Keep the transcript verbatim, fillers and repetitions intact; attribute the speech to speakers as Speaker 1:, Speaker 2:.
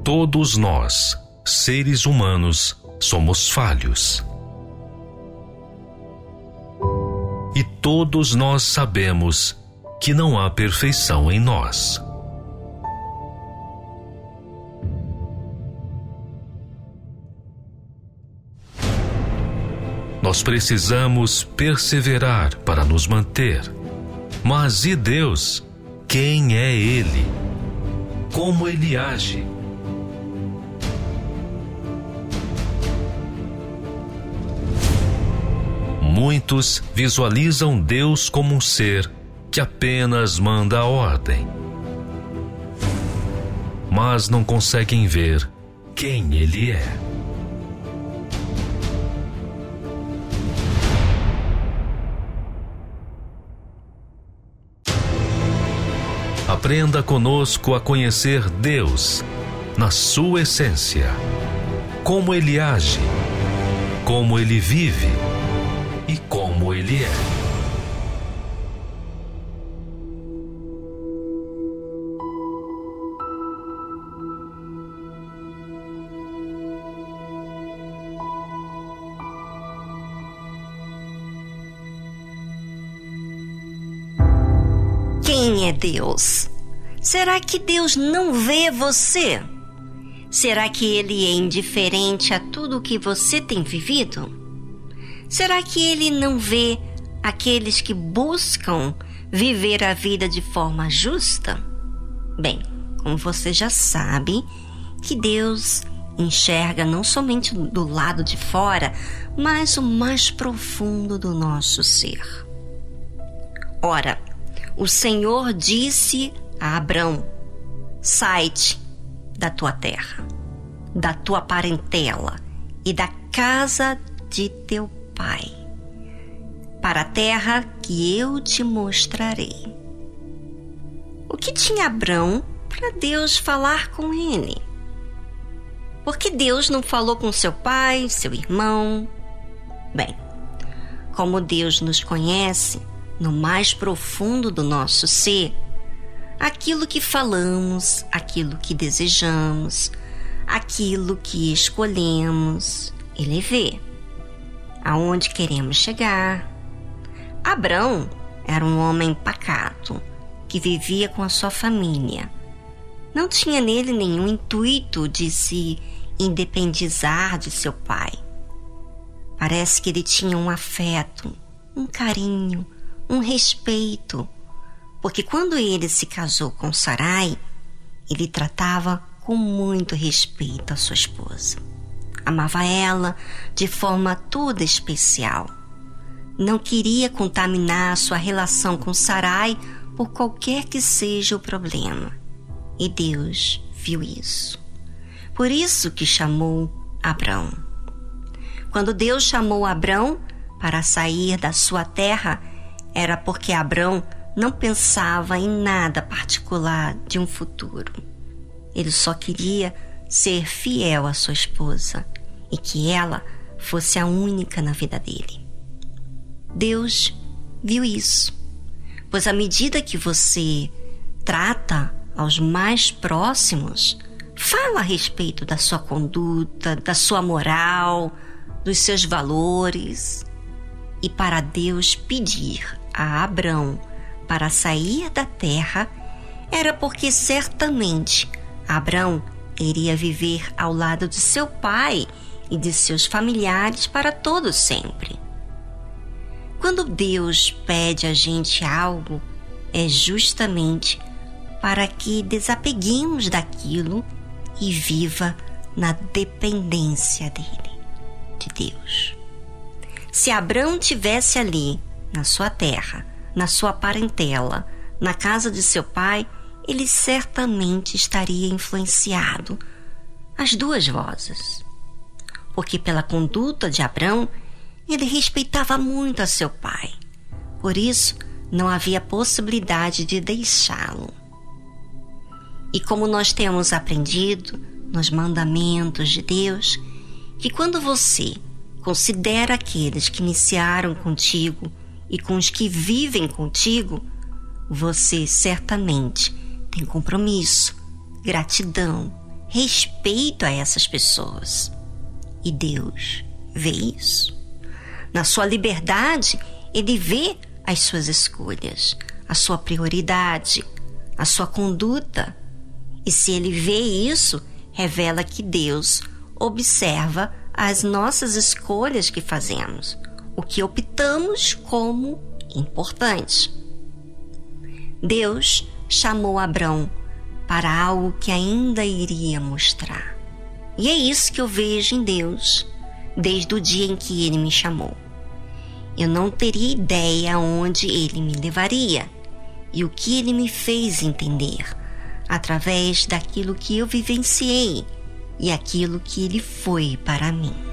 Speaker 1: Todos nós, seres humanos, somos falhos. E todos nós sabemos que não há perfeição em nós. Nós precisamos perseverar para nos manter. Mas e Deus? Quem é Ele? Como Ele age? Muitos visualizam Deus como um ser que apenas manda a ordem, mas não conseguem ver quem Ele é. Aprenda conosco a conhecer Deus na sua essência, como Ele age, como Ele vive e como Ele é.
Speaker 2: Quem é Deus? Será que Deus não vê você? Será que Ele é indiferente a tudo o que você tem vivido? Será que Ele não vê aqueles que buscam viver a vida de forma justa? Bem, como você já sabe, que Deus enxerga não somente do lado de fora, mas o mais profundo do nosso ser. Ora, o Senhor disse a Abrão: sai-te da tua terra, da tua parentela e da casa de teu pai, para a terra que eu te mostrarei. O que tinha Abrão para Deus falar com ele? Por que Deus não falou com seu pai, seu irmão? Bem, como Deus nos conhece no mais profundo do nosso ser, aquilo que falamos, aquilo que desejamos, aquilo que escolhemos, Ele vê. Aonde queremos chegar. Abrão era um homem pacato, que vivia com a sua família. Não tinha nele nenhum intuito de se independizar de seu pai. Parece que ele tinha um afeto, um carinho, um respeito, porque quando ele se casou com Sarai, ele tratava com muito respeito a sua esposa. Amava ela de forma toda especial. Não queria contaminar sua relação com Sarai por qualquer que seja o problema. E Deus viu isso. Por isso que chamou Abrão. Quando Deus chamou Abrão para sair da sua terra, era porque Abrão não pensava em nada particular de um futuro. Ele só queria ser fiel à sua esposa e que ela fosse a única na vida dele. Deus viu isso, pois à medida que você trata aos mais próximos, fala a respeito da sua conduta, da sua moral, dos seus valores. E para Deus pedir a Abrão para sair da terra, era porque certamente Abrão iria viver ao lado de seu pai e de seus familiares para todo sempre. Quando Deus pede a gente algo, é justamente para que desapeguemos daquilo e viva na dependência dele, de Deus. Se Abrão tivesse ali, na sua terra, na sua parentela, na casa de seu pai, ele certamente estaria influenciado as duas vozes. Porque pela conduta de Abrão, ele respeitava muito a seu pai. Por isso, não havia possibilidade de deixá-lo. E como nós temos aprendido nos mandamentos de Deus, que quando você considera aqueles que iniciaram contigo e com os que vivem contigo, você certamente tem compromisso, gratidão, respeito a essas pessoas. E Deus vê isso. Na sua liberdade, Ele vê as suas escolhas, a sua prioridade, a sua conduta. E se Ele vê isso, revela que Deus observa as nossas escolhas que fazemos, o que optamos como importante. Deus chamou Abrão para algo que ainda iria mostrar. E é isso que eu vejo em Deus desde o dia em que Ele me chamou. Eu não teria ideia aonde Ele me levaria e o que Ele me fez entender através daquilo que eu vivenciei e aquilo que Ele foi para mim.